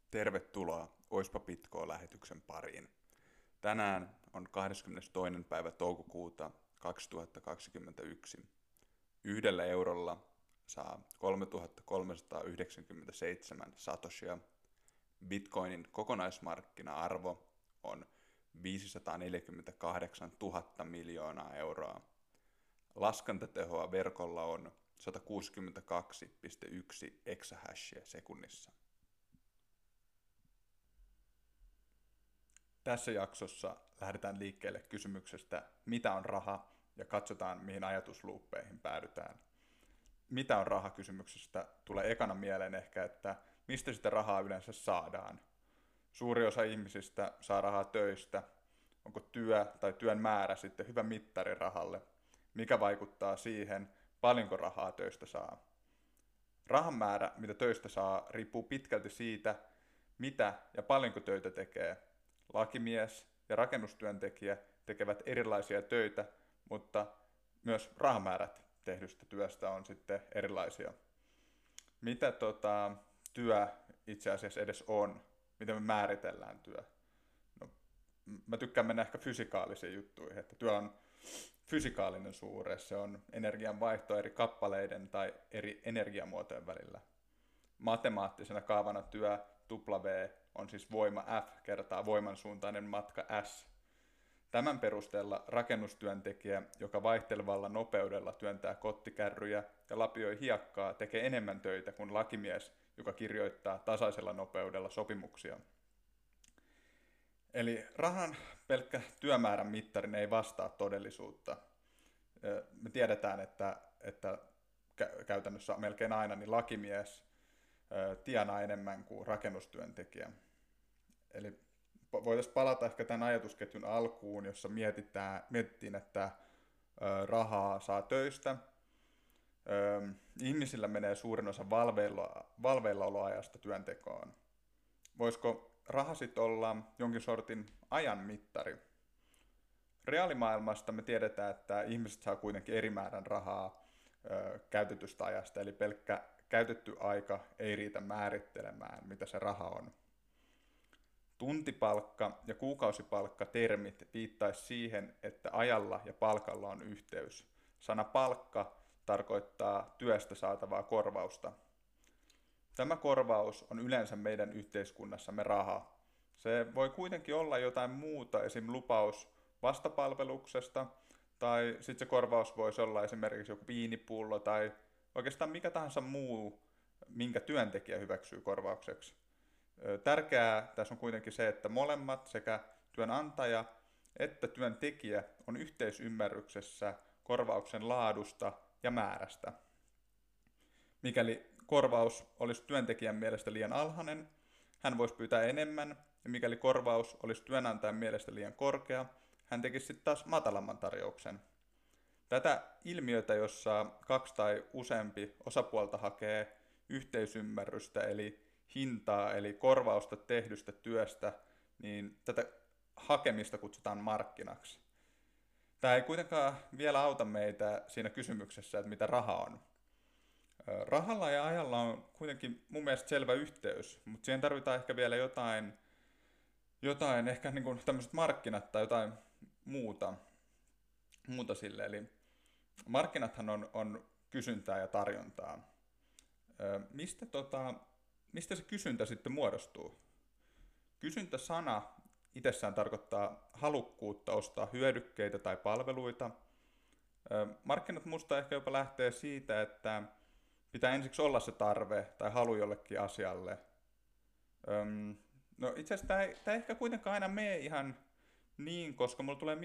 Tervetuloa Oispa Pitkoa lähetyksen pariin. Tänään on 22. päivä toukokuuta 2021. 1 eurolla saa 3397 satoshia. Bitcoinin kokonaismarkkina-arvo on 548 000 miljoonaa euroa. Laskentatehoa verkolla on 162,1 exahashia sekunnissa. Tässä jaksossa lähdetään liikkeelle kysymyksestä, mitä on raha, ja katsotaan, mihin ajatusluuppeihin päädytään. Mitä on raha kysymyksestä tulee ekana mieleen ehkä, että mistä sitä rahaa yleensä saadaan. Suuri osa ihmisistä saa rahaa töistä. Onko työ tai työn määrä sitten hyvä mittari rahalle? Mikä vaikuttaa siihen, paljonko rahaa töistä saa? Rahan määrä, mitä töistä saa, riippuu pitkälti siitä, mitä ja paljonko töitä tekee. Lakimies ja rakennustyöntekijä tekevät erilaisia töitä, mutta myös rahamäärät tehdystä työstä on sitten erilaisia. Mitä työ itse asiassa edes on? Miten me määritellään työ? No, mä tykkään mennä ehkä fysikaalisiin juttuihin, että työ on fysikaalinen suhde, se on energian vaihto eri kappaleiden tai eri energiamuotojen välillä. Matemaattisena kaavana työ W on siis voima F kertaa voiman suuntainen matka S. Tämän perusteella rakennustyöntekijä, joka vaihtelevalla nopeudella työntää kottikärryjä ja lapioi hiekkaa, tekee enemmän töitä kuin lakimies, joka kirjoittaa tasaisella nopeudella sopimuksia. Eli rahan pelkkä työmäärän mittarin ei vastaa todellisuutta. Me tiedetään, että käytännössä melkein aina niin lakimies tienaa enemmän kuin rakennustyöntekijä. Eli voitaisiin palata ehkä tämän ajatusketjun alkuun, jossa mietittiin, että rahaa saa töistä. Ihmisillä menee suurin osa valveillaoloajasta työntekoon. Voisiko raha sitten olla jonkin sortin ajan mittari? Reaalimaailmasta me tiedetään, että ihmiset saa kuitenkin eri määrän rahaa käytetystä ajasta, eli pelkkä käytetty aika ei riitä määrittelemään, mitä se raha on. Tuntipalkka ja kuukausipalkka termit viittaisi siihen, että ajalla ja palkalla on yhteys. Sana palkka tarkoittaa työstä saatavaa korvausta. Tämä korvaus on yleensä meidän yhteiskunnassamme raha. Se voi kuitenkin olla jotain muuta, esim. Lupaus vastapalveluksesta, tai sitten se korvaus voisi olla esimerkiksi joku viinipullo tai oikeastaan mikä tahansa muu, minkä työntekijä hyväksyy korvaukseksi. Tärkeää tässä on kuitenkin se, että molemmat, sekä työnantaja että työntekijä, on yhteisymmärryksessä korvauksen laadusta ja määrästä. Mikäli korvaus olisi työntekijän mielestä liian alhainen, hän voisi pyytää enemmän, ja mikäli korvaus olisi työnantajan mielestä liian korkea, hän tekisi sitten taas matalamman tarjouksen. Tätä ilmiötä, jossa kaksi tai useampi osapuolta hakee yhteisymmärrystä, eli hintaa, eli korvausta tehdystä työstä, niin tätä hakemista kutsutaan markkinaksi. Tämä ei kuitenkaan vielä auta meitä siinä kysymyksessä, että mitä raha on. Rahalla ja ajalla on kuitenkin mun mielestä selvä yhteys, mutta siihen tarvitaan ehkä vielä jotain ehkä niin kuin tämmöiset markkinat tai jotain muuta sille. Eli markkinathan on kysyntää ja tarjontaa. Mistä se kysyntä sitten muodostuu? Kysyntäsana itsessään tarkoittaa halukkuutta ostaa hyödykkeitä tai palveluita. Markkinat musta ehkä jopa lähtee siitä, että pitää ensiksi olla se tarve tai halu jollekin asialle. No itse asiassa tämä ei ehkä kuitenkaan aina mene ihan niin, koska mulla tulee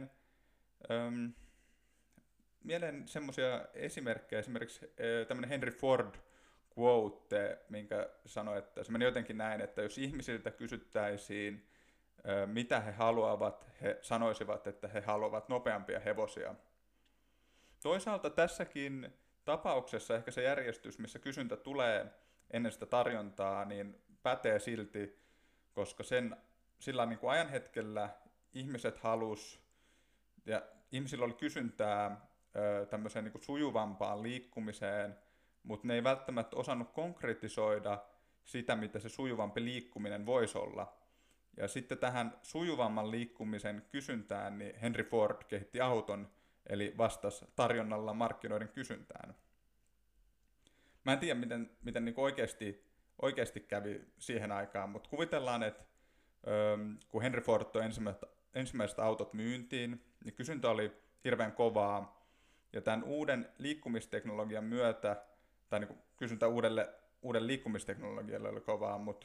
mieleen semmoisia esimerkkejä, esimerkiksi tämmöinen Henry Ford quote, minkä sanoi, että se meni jotenkin näin, että jos ihmisiltä kysyttäisiin, mitä he haluavat, he sanoisivat, että he haluavat nopeampia hevosia. Toisaalta tässäkin tapauksessa ehkä se järjestys, missä kysyntä tulee ennen sitä tarjontaa, niin pätee silti, koska sillä niin kuin ajan hetkellä ihmiset halus ja ihmisillä oli kysyntää tämmöiseen niin kuin sujuvampaan liikkumiseen, mutta ne ei välttämättä osannut konkretisoida sitä, mitä se sujuvampi liikkuminen voisi olla. Ja sitten tähän sujuvamman liikkumisen kysyntään niin Henry Ford kehitti auton, eli vastasi tarjonnalla markkinoiden kysyntään. Mä en tiedä, miten niin oikeasti kävi siihen aikaan, mutta kuvitellaan, että kun Henry Ford toi ensimmäiset autot myyntiin, niin kysyntä oli hirveän kovaa, ja tämän uuden liikkumisteknologian myötä, tai niin kysyntä uuden liikkumisteknologialle oli kovaa, mutta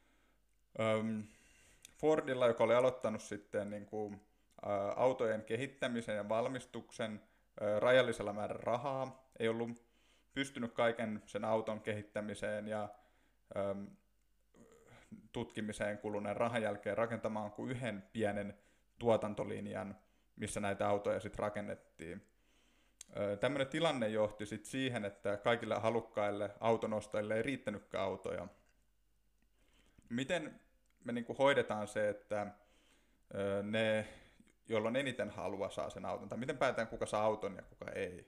Fordilla, joka oli aloittanut sitten niin kuin, autojen kehittämisen ja valmistuksen rajallisella määrä rahaa, ei ollut pystynyt kaiken sen auton kehittämiseen ja tutkimiseen kuluneen rahan jälkeen rakentamaan kuin yhden pienen tuotantolinjan, missä näitä autoja sitten rakennettiin. Tämmöinen tilanne johti sitten siihen, että kaikille halukkaille autonostajille ei riittänytkään autoja. Miten me niinku hoidetaan se, että ne, joilla on eniten halua, saa sen auton, tai miten päätetään, kuka saa auton ja kuka ei?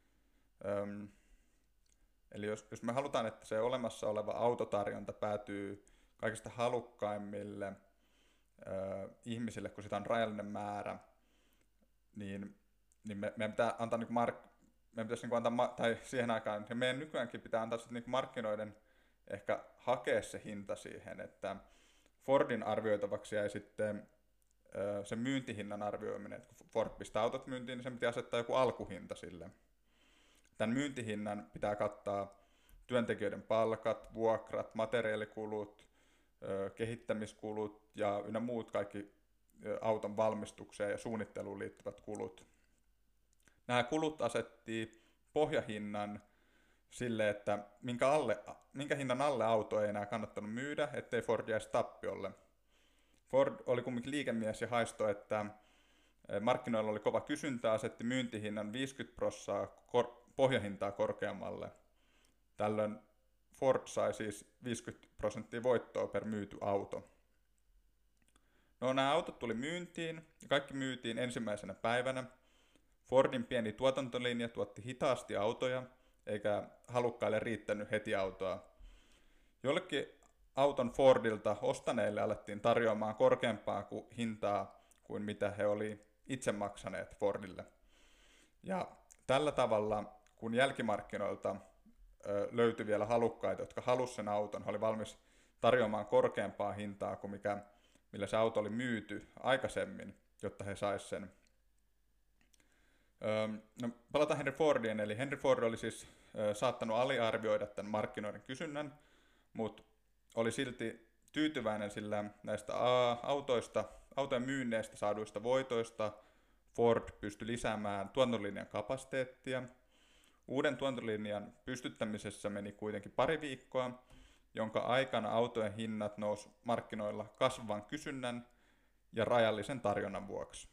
Eli jos me halutaan, että se olemassa oleva autotarjonta päätyy kaikista halukkaimmille ihmisille, kun sitä on rajallinen määrä, niin meidän pitää antaa meidän pitäisi antaa, tai siihen aikaan, ja meidän nykyäänkin pitää antaa sitten markkinoiden ehkä hakea se hinta siihen, että Fordin arvioitavaksi jäi sitten sen myyntihinnan arvioiminen, että kun Ford pistää autot myyntiin, niin sen pitää asettaa joku alkuhinta sille. Tämän myyntihinnan pitää kattaa työntekijöiden palkat, vuokrat, materiaalikulut, kehittämiskulut ja ynnä muut kaikki auton valmistukseen ja suunnitteluun liittyvät kulut. Nämä kulut asettiin pohjahinnan sille, että minkä hinnan alle auto ei enää kannattanut myydä, ettei Ford jäisi tappiolle. Ford oli kumminkin liikemies ja haistoi, että markkinoilla oli kova kysyntä, asetti myyntihinnan 50% pohjahintaa korkeammalle. Tällöin Ford sai siis 50% voittoa per myyty auto. No, nämä autot tuli myyntiin ja kaikki myytiin ensimmäisenä päivänä. Fordin pieni tuotantolinja tuotti hitaasti autoja, eikä halukkaille riittänyt heti autoa. Jollekin auton Fordilta ostaneille alettiin tarjoamaan korkeampaa hintaa kuin mitä he oli itse maksaneet Fordille. Ja tällä tavalla, kun jälkimarkkinoilta löytyi vielä halukkaita, jotka halusivat sen auton, he oli valmis tarjoamaan korkeampaa hintaa kuin millä se auto oli myyty aikaisemmin, jotta he saisivat sen. No, palataan Henry Fordiin, eli Henry Ford oli siis saattanut aliarvioida tämän markkinoiden kysynnän, mutta oli silti tyytyväinen, sillä näistä autojen myynneistä saaduista voitoista Ford pystyi lisäämään tuotantolinjan kapasiteettia. Uuden tuotantolinjan pystyttämisessä meni kuitenkin pari viikkoa, jonka aikana autojen hinnat nousi markkinoilla kasvavan kysynnän ja rajallisen tarjonnan vuoksi.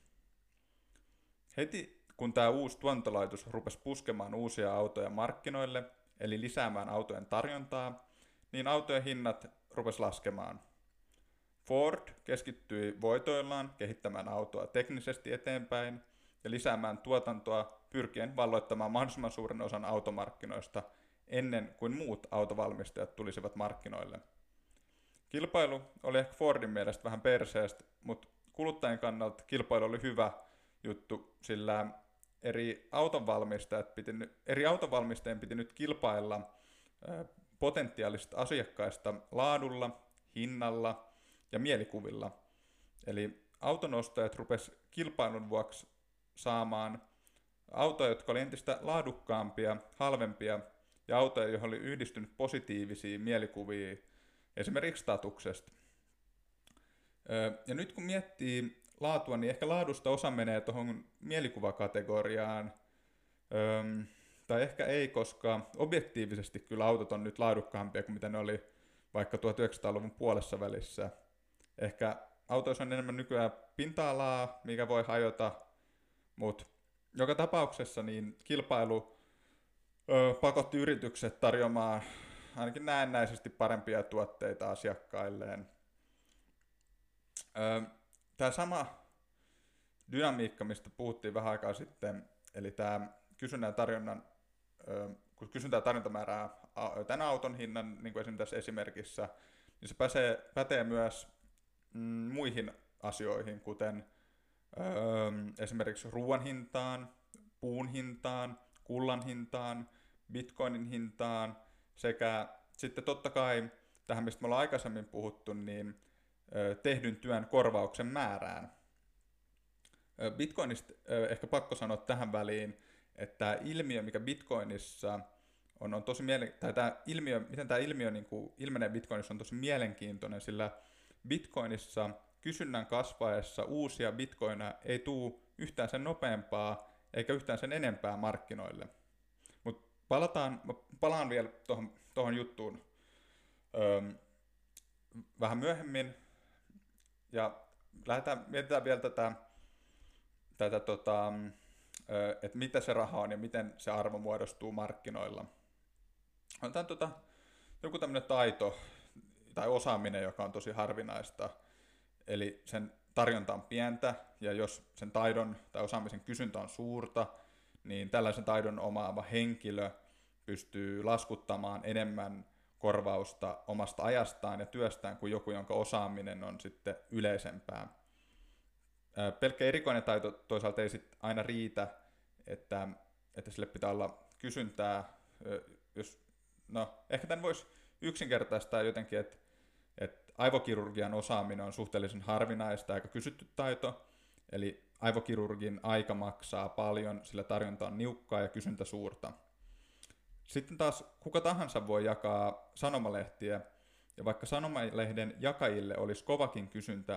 Heti kun tämä uusi tuotantolaitos rupesi puskemaan uusia autoja markkinoille, eli lisäämään autojen tarjontaa, niin autojen hinnat rupesi laskemaan. Ford keskittyi voitoillaan kehittämään autoa teknisesti eteenpäin ja lisäämään tuotantoa pyrkien valloittamaan mahdollisimman suuren osan automarkkinoista ennen kuin muut autovalmistajat tulisivat markkinoille. Kilpailu oli ehkä Fordin mielestä vähän perseestä, mutta kuluttajien kannalta kilpailu oli hyvä juttu, sillä eri autonvalmistajien piti nyt kilpailla potentiaalisista asiakkaista laadulla, hinnalla ja mielikuvilla. Eli autonostajat rupesivat kilpailun vuoksi saamaan autoja, jotka oli entistä laadukkaampia, halvempia ja autoja, joihin oli yhdistynyt positiivisia mielikuvia esimerkiksi statuksesta. Ja nyt kun miettii laatua, niin ehkä laadusta osa menee tuohon mielikuvakategoriaan, tai ehkä ei, koska objektiivisesti kyllä autot on nyt laadukkaampia kuin mitä ne oli vaikka 1900-luvun puolessa välissä. Ehkä autoissa on enemmän nykyään pinta-alaa, mikä voi hajota, mutta joka tapauksessa niin kilpailu pakotti yritykset tarjoamaan ainakin näennäisesti parempia tuotteita asiakkailleen. Tämä sama dynamiikka, mistä puhuttiin vähän aikaa sitten, eli tämä kysynnän ja tarjonnan kun kysyntä- ja tarjontamäärää tämän auton hinnan, niin kuin esimerkiksi tässä esimerkissä, niin se pätee myös muihin asioihin, kuten esimerkiksi ruoan hintaan, puun hintaan, kullan hintaan, bitcoinin hintaan sekä sitten totta kai tähän, mistä me ollaan aikaisemmin puhuttu, niin tehdyn työn korvauksen määrään. Bitcoinista ehkä pakko sanoa tähän väliin, että tämä ilmiö, mikä Bitcoinissa on tosi tai tämä ilmiö, miten tämä ilmiö niin kuin ilmenee Bitcoinissa on tosi mielenkiintoinen, sillä Bitcoinissa kysynnän kasvaessa uusia bitcoineja ei tule yhtään sen nopeampaa eikä yhtään sen enempää markkinoille. Mutta palaan vielä tuohon juttuun vähän myöhemmin ja mietitään vielä että mitä se raha on ja miten se arvo muodostuu markkinoilla. Otetaan joku tämmöinen taito tai osaaminen, joka on tosi harvinaista, eli sen tarjonta on pientä, ja jos sen taidon tai osaamisen kysyntä on suurta, niin tällaisen taidon omaava henkilö pystyy laskuttamaan enemmän korvausta omasta ajastaan ja työstään kuin joku, jonka osaaminen on sitten yleisempää. Pelkkä erikoinen taito toisaalta ei sit aina riitä, että sille pitää olla kysyntää. Ehkä tämän voisi yksinkertaistaa jotenkin, että aivokirurgian osaaminen on suhteellisen harvinaista aika kysytty taito, eli aivokirurgin aika maksaa paljon, sillä tarjonta on niukkaa ja kysyntä suurta. Sitten taas kuka tahansa voi jakaa sanomalehtiä, ja vaikka sanomalehden jakajille olisi kovakin kysyntä,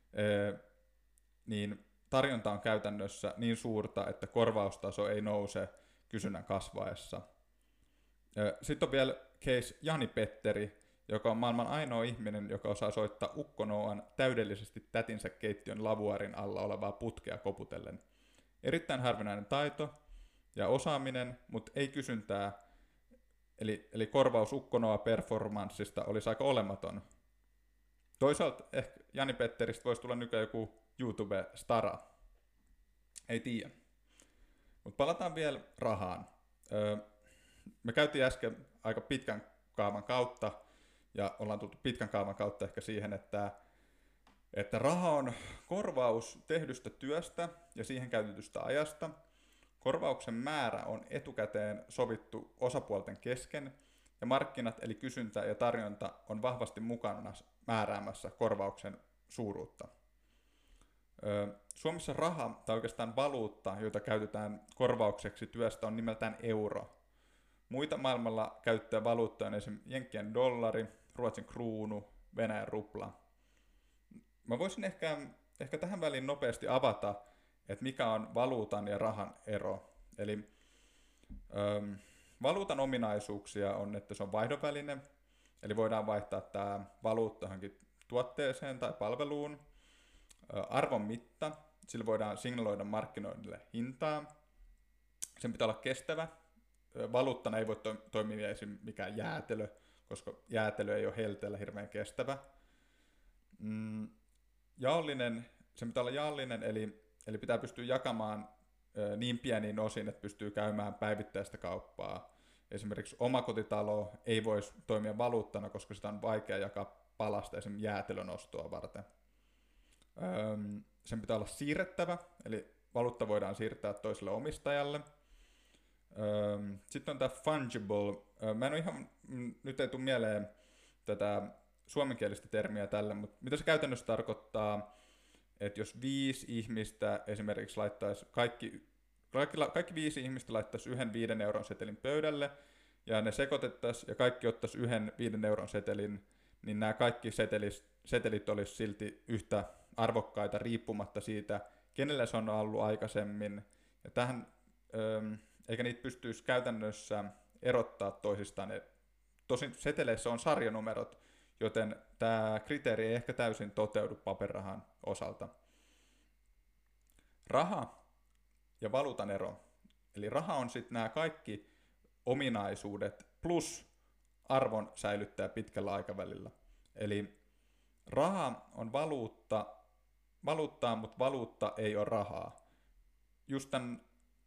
niin tarjonta on käytännössä niin suurta, että korvaustaso ei nouse kysynnän kasvaessa. Sitten on vielä case Jani-Petteri, joka on maailman ainoa ihminen, joka osaa soittaa ukkonoan täydellisesti tätinsä keittiön lavuaarin alla olevaa putkea koputellen. Erittäin harvinainen taito ja osaaminen, mutta ei kysyntää, eli korvaus ukkonoa performanssista olisi aika olematon. Toisaalta ehkä Jani-Petteristä voisi tulla nykyään joku YouTube-stara. Ei tiedä. Mutta palataan vielä rahaan. Me käytiin äsken aika pitkän kaavan kautta, ja ollaan tultu pitkän kaavan kautta ehkä siihen, että raha on korvaus tehdystä työstä ja siihen käytetystä ajasta. Korvauksen määrä on etukäteen sovittu osapuolten kesken, ja markkinat eli kysyntä ja tarjonta on vahvasti mukana määräämässä korvauksen suuruutta. Suomessa raha, tai oikeastaan valuutta, jota käytetään korvaukseksi työstä, on nimeltään euro. Muita maailmalla käyttöä valuuttoja on esimerkiksi Jenkkien dollari, Ruotsin kruunu, Venäjän rupla. Mä voisin ehkä tähän väliin nopeasti avata, että mikä on valuutan ja rahan ero. Eli valuutan ominaisuuksia on, että se on vaihdonväline, eli voidaan vaihtaa tämä valuutta johonkin tuotteeseen tai palveluun. Arvon mitta, sillä voidaan signaloida markkinoille hintaa. Sen pitää olla kestävä. Valuuttana ei voi toimia esimerkiksi mikään jäätelö, koska jäätelö ei ole helteellä hirveän kestävä. Jaollinen, sen pitää olla jaollinen, eli pitää pystyä jakamaan niin pieniin osiin, että pystyy käymään päivittäistä kauppaa. Esimerkiksi omakotitalo ei voisi toimia valuuttana, koska sitä on vaikea jakaa palasta esimerkiksi jäätelön ostoa varten. Sen pitää olla siirrettävä, eli valuutta voidaan siirtää toiselle omistajalle. Sitten on tämä fungible. Mä en ole ihan, nyt ei tule mieleen tätä suomenkielistä termiä tälle, mutta mitä se käytännössä tarkoittaa, että jos 5 ihmistä esimerkiksi laittaisi, kaikki 5 ihmistä laittaisi yhden 5 euron setelin pöydälle, ja ne sekoitettaisiin, ja kaikki ottaisi yhden 5 euron setelin, niin nämä kaikki setelit olisi silti yhtä arvokkaita riippumatta siitä, kenellä se on ollut aikaisemmin. Ja tähän, eikä niitä pystyisi käytännössä erottaa toisistaan. Tosin seteleissä on sarjanumerot, joten tämä kriteeri ei ehkä täysin toteudu paperirahan osalta. Raha ja valuutan ero. Eli raha on sitten nämä kaikki ominaisuudet plus arvon säilyttää pitkällä aikavälillä. Eli raha on valuuttaa, mutta valuutta ei ole rahaa. Just tämän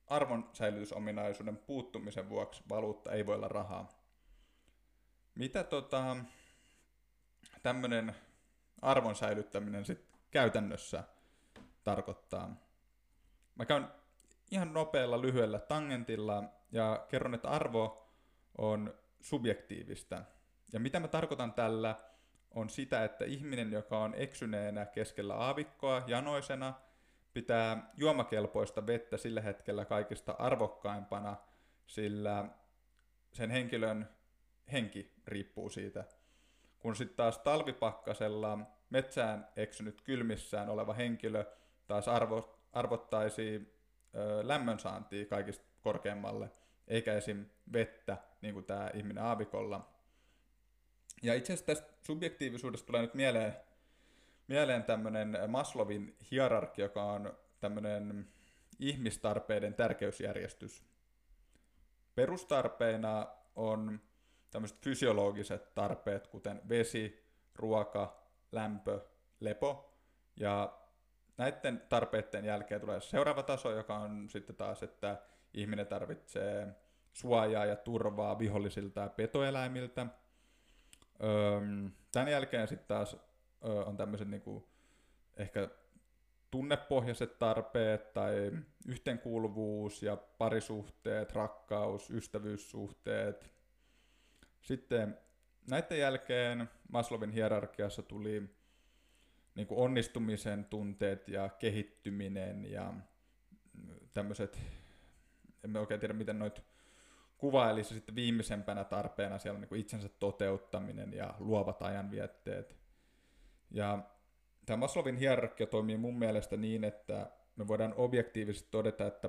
arvonsäilytysominaisuuden puuttumisen vuoksi valuutta ei voi olla rahaa. Mitä tämmöinen arvon säilyttäminen sitten käytännössä tarkoittaa? Mä käyn ihan nopealla lyhyellä tangentilla ja kerron, että arvo on subjektiivista. Ja mitä mä tarkoitan tällä on sitä, että ihminen, joka on eksyneenä keskellä aavikkoa janoisena, pitää juomakelpoista vettä sillä hetkellä kaikista arvokkaimpana, sillä sen henkilön henki riippuu siitä. Kun sitten taas talvipakkasella metsään eksynyt kylmissään oleva henkilö taas arvottaisi lämmönsaantia kaikista korkeammalle, eikä esim. Vettä, niin kuin tämä ihminen aavikolla. Ja itse asiassa tästä subjektiivisuudesta tulee nyt mieleen tämmöinen Maslowin hierarkia, joka on tämmöinen ihmistarpeiden tärkeysjärjestys. Perustarpeina on tämmöiset fysiologiset tarpeet, kuten vesi, ruoka, lämpö, lepo. Ja näiden tarpeiden jälkeen tulee seuraava taso, joka on sitten taas, että ihminen tarvitsee suojaa ja turvaa vihollisilta ja petoeläimiltä. Tämän jälkeen sitten taas on tämmöiset niinku ehkä tunnepohjaiset tarpeet tai yhteenkuuluvuus ja parisuhteet, rakkaus, ystävyyssuhteet. Sitten näiden jälkeen Maslowin hierarkiassa tuli niinku onnistumisen tunteet ja kehittyminen ja tämmöiset, emme oikein tiedä miten noit kuvailisi sitten viimeisempänä tarpeena siellä on niinku itsensä toteuttaminen ja luovat ajanvietteet. Ja tämä Maslowin hierarkia toimii mun mielestä niin, että me voidaan objektiivisesti todeta, että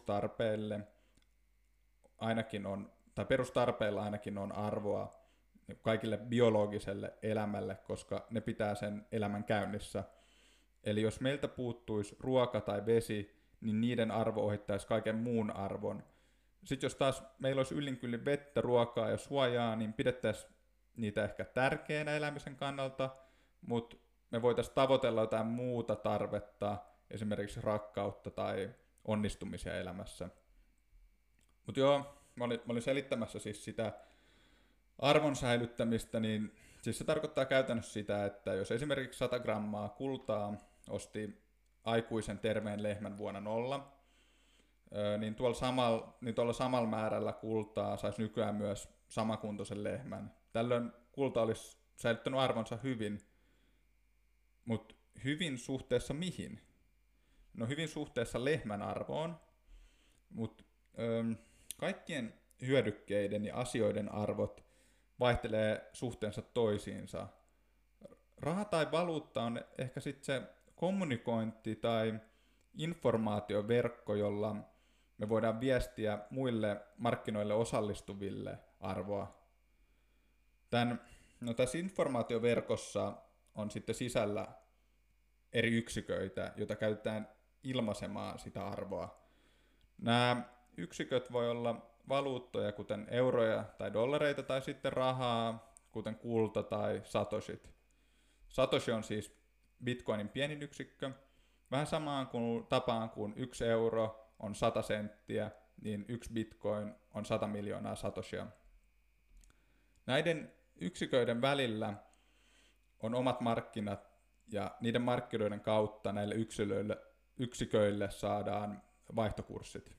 perustarpeilla ainakin on arvoa kaikille biologiselle elämälle, koska ne pitää sen elämän käynnissä. Eli jos meiltä puuttuisi ruoka tai vesi, niin niiden arvo ohittaisi kaiken muun arvon. Sitten jos taas meillä olisi yllin kyllin vettä, ruokaa ja suojaa, niin pidettäisiin niitä ehkä tärkeänä elämisen kannalta, mutta me voitaisiin tavoitella jotain muuta tarvetta, esimerkiksi rakkautta tai onnistumisia elämässä. Mutta joo, mä olin selittämässä siis sitä arvon säilyttämistä, niin siis se tarkoittaa käytännössä sitä, että jos esimerkiksi 100 grammaa kultaa osti aikuisen terveen lehmän vuonna 0, niin tuolla samalla määrällä kultaa saisi nykyään myös samakuntoisen lehmän. Tällöin kulta olisi säilyttänyt arvonsa hyvin, mutta hyvin suhteessa mihin? No hyvin suhteessa lehmän arvoon, mutta kaikkien hyödykkeiden ja asioiden arvot vaihtelee suhteensa toisiinsa. Raha tai valuutta on ehkä sitten se kommunikointi tai informaatioverkko, jolla me voidaan viestiä muille markkinoille osallistuville arvoa. Tässä informaatioverkossa on sitten sisällä eri yksiköitä, joita käytetään ilmaisemaan sitä arvoa. Nämä yksiköt voi olla valuuttoja, kuten euroja tai dollareita, tai sitten rahaa, kuten kulta tai satoshit. Satoshi on siis Bitcoinin pienin yksikkö. Vähän samaan tapaan kuin 1 euro on 100 senttiä, niin 1 bitcoin on 100 miljoonaa satoshia. Näiden yksiköiden välillä on omat markkinat, ja niiden markkinoiden kautta näille yksiköille saadaan vaihtokurssit.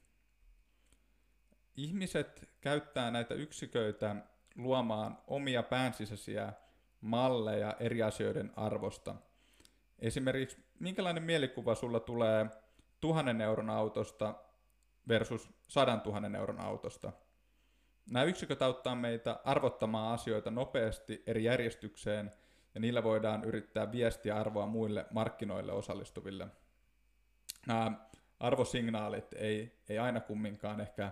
Ihmiset käyttää näitä yksiköitä luomaan omia päänsisäisiä malleja eri asioiden arvosta. Esimerkiksi minkälainen mielikuva sulla tulee 1 000 euron autosta versus 100 000 euron autosta. Nämä yksiköt auttaa meitä arvottamaan asioita nopeasti eri järjestykseen, ja niillä voidaan yrittää viestiä arvoa muille markkinoille osallistuville. Nämä arvosignaalit ei aina kumminkaan ehkä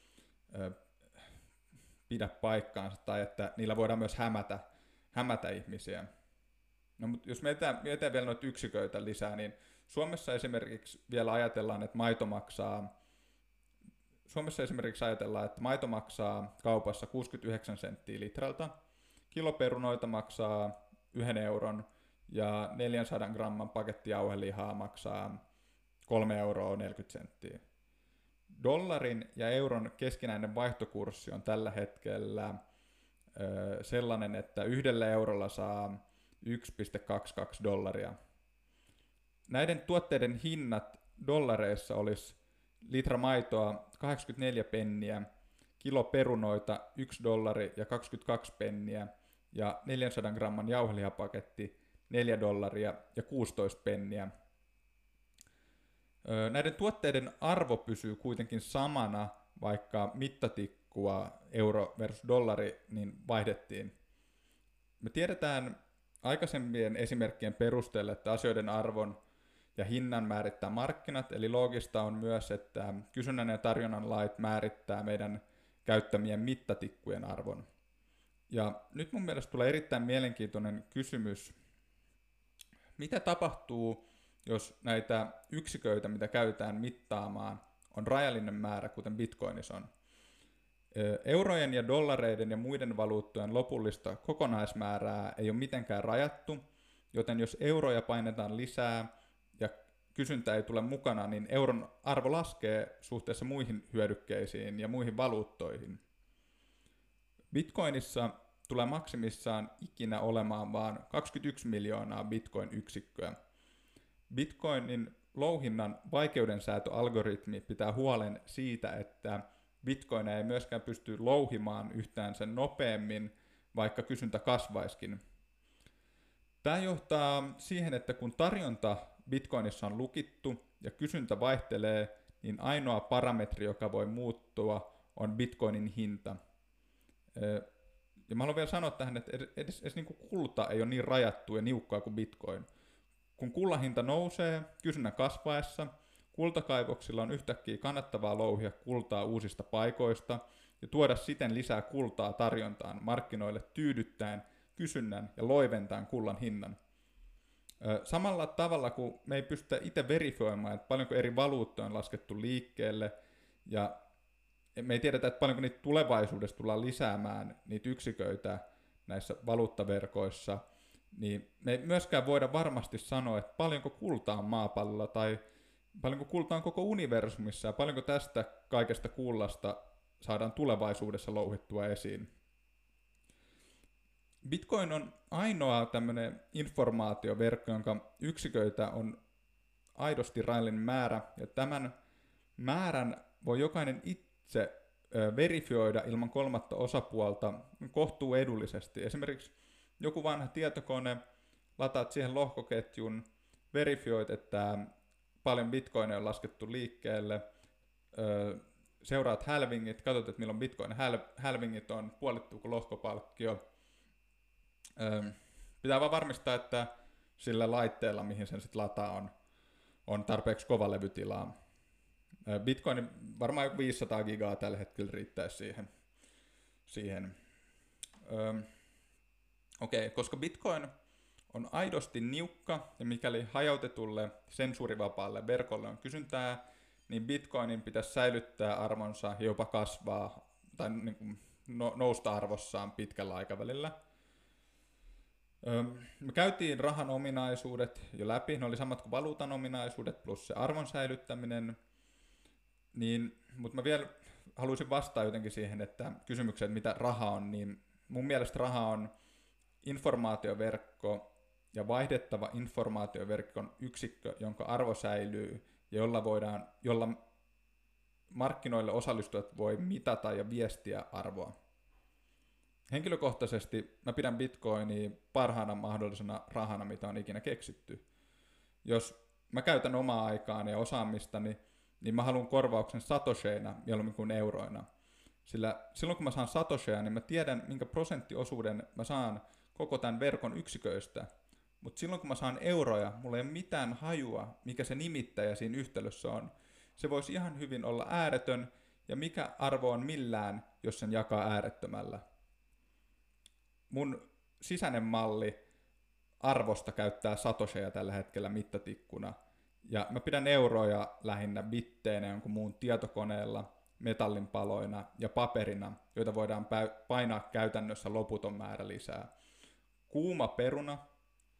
pidä paikkaansa, tai että niillä voidaan myös hämätä ihmisiä. No, mutta jos mietitään vielä noita yksiköitä lisää, niin Suomessa esimerkiksi vielä ajatellaan, että maito maksaa kaupassa 69 senttiä litralta, kilo perunoita maksaa 1 euron ja 400 gramman paketti jauhelihaa maksaa 3,40 euroa. Dollarin ja euron keskinäinen vaihtokurssi on tällä hetkellä sellainen, että 1 eurolla saa 1,22 dollaria. Näiden tuotteiden hinnat dollareissa olisi litra maitoa 84 penniä, kilo perunoita 1 dollari ja 22 penniä ja 400 gramman jauhelihapaketti 4 dollaria ja 16 penniä. Näiden tuotteiden arvo pysyy kuitenkin samana, vaikka mittatikkua euro versus dollari niin vaihdettiin. Me tiedetään aikaisempien esimerkkien perusteella, että asioiden arvon ja hinnan määrittää markkinat, eli loogista on myös, että kysynnän ja tarjonnan lait määrittää meidän käyttämien mittatikkujen arvon. Ja nyt mun mielestä tulee erittäin mielenkiintoinen kysymys. Mitä tapahtuu, jos näitä yksiköitä, mitä käytetään mittaamaan, on rajallinen määrä, kuten Bitcoinissa on? Eurojen ja dollareiden ja muiden valuuttojen lopullista kokonaismäärää ei ole mitenkään rajattu, joten jos euroja painetaan lisää ja kysyntä ei tule mukana, niin euron arvo laskee suhteessa muihin hyödykkeisiin ja muihin valuuttoihin. Bitcoinissa tulee maksimissaan ikinä olemaan vain 21 miljoonaa bitcoin-yksikköä. Bitcoinin louhinnan vaikeudensäätöalgoritmi pitää huolen siitä, että bitcoinia ei myöskään pysty louhimaan yhtään sen nopeammin, vaikka kysyntä kasvaiskin. Tämä johtaa siihen, että kun tarjonta bitcoinissa on lukittu ja kysyntä vaihtelee, niin ainoa parametri, joka voi muuttua, on bitcoinin hinta. Ja mä haluan vielä sanoa tähän, että edes niin kuin kulta ei ole niin rajattu ja niukkaa kuin bitcoin. Kun kullan hinta nousee kysynnän kasvaessa, kultakaivoksilla on yhtäkkiä kannattavaa louhia kultaa uusista paikoista ja tuoda siten lisää kultaa tarjontaan markkinoille tyydyttäen kysynnän ja loiventaen kullan hinnan. Samalla tavalla kuin me ei pystytä itse verifioimaan, että paljonko eri valuuttoja on laskettu liikkeelle ja me ei tiedetä, että paljonko niitä tulevaisuudessa tullaan lisäämään niitä yksiköitä näissä valuuttaverkoissa, niin me ei myöskään voida varmasti sanoa, että paljonko kultaa on maapallolla tai paljonko kultaa on koko universumissa ja paljonko tästä kaikesta kullasta saadaan tulevaisuudessa louhittua esiin. Bitcoin on ainoa tämmöinen informaatioverkko, jonka yksiköitä on aidosti rajallinen määrä, ja tämän määrän voi jokainen itse verifioida ilman kolmatta osapuolta kohtuu edullisesti. Esimerkiksi joku vanha tietokone, lataat siihen lohkoketjun, verifioit, että paljon bitcoineja on laskettu liikkeelle, seuraat halvingit, katsot, että milloin bitcoin halvingit on, puolittuuko lohkopalkkio. Pitää vaan varmistaa, että sillä laitteella, mihin sen sitten lataa, on tarpeeksi kova levytilaa. Bitcoin varmaan 500 gigaa tällä hetkellä riittäisi siihen. Koska Bitcoin on aidosti niukka ja mikäli hajautetulle sensuurivapaalle verkolle on kysyntää, niin Bitcoinin pitäisi säilyttää arvonsa ja jopa kasvaa tai niin kuin nousta arvossaan pitkällä aikavälillä. Me käytiin rahan ominaisuudet jo läpi, ne oli samat kuin valuutan ominaisuudet plus se arvon säilyttäminen, mutta mä vielä haluaisin vastata jotenkin siihen, että kysymykseen, mitä raha on, niin mun mielestä raha on informaatioverkko ja vaihdettava informaatioverkon yksikkö, jonka arvo säilyy ja jolla markkinoille osallistujat voi mitata ja viestiä arvoa. Henkilökohtaisesti mä pidän Bitcoinia parhaana mahdollisena rahana, mitä on ikinä keksitty. Jos mä käytän omaa aikaani ja osaamistani, niin mä haluan korvauksen satosheina mieluummin kuin euroina. Sillä silloin kun mä saan satosheja, niin mä tiedän minkä prosenttiosuuden mä saan koko tämän verkon yksiköistä. Mutta silloin kun mä saan euroja, mulla ei ole mitään hajua, mikä se nimittäjä siinä yhtälössä on. Se voisi ihan hyvin olla ääretön, ja mikä arvo on millään, jos sen jakaa äärettömällä. Mun sisäinen malli arvosta käyttää satosheja tällä hetkellä mittatikkuna. Ja mä pidän euroja lähinnä bitteinä jonkun muun tietokoneella, metallinpaloina ja paperina, joita voidaan painaa käytännössä loputon määrä lisää. Kuuma peruna,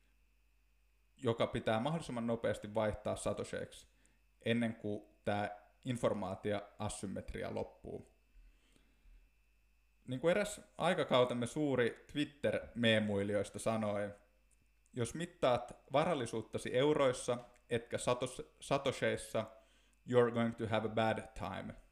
joka pitää mahdollisimman nopeasti vaihtaa satosheiksi ennen kuin tämä informaatioasymmetria loppuu. Niin kuin eräs aikakautemme suuri Twitter-meemuilijoista sanoi, jos mittaat varallisuuttasi euroissa etkä satosheissa, you're going to have a bad time.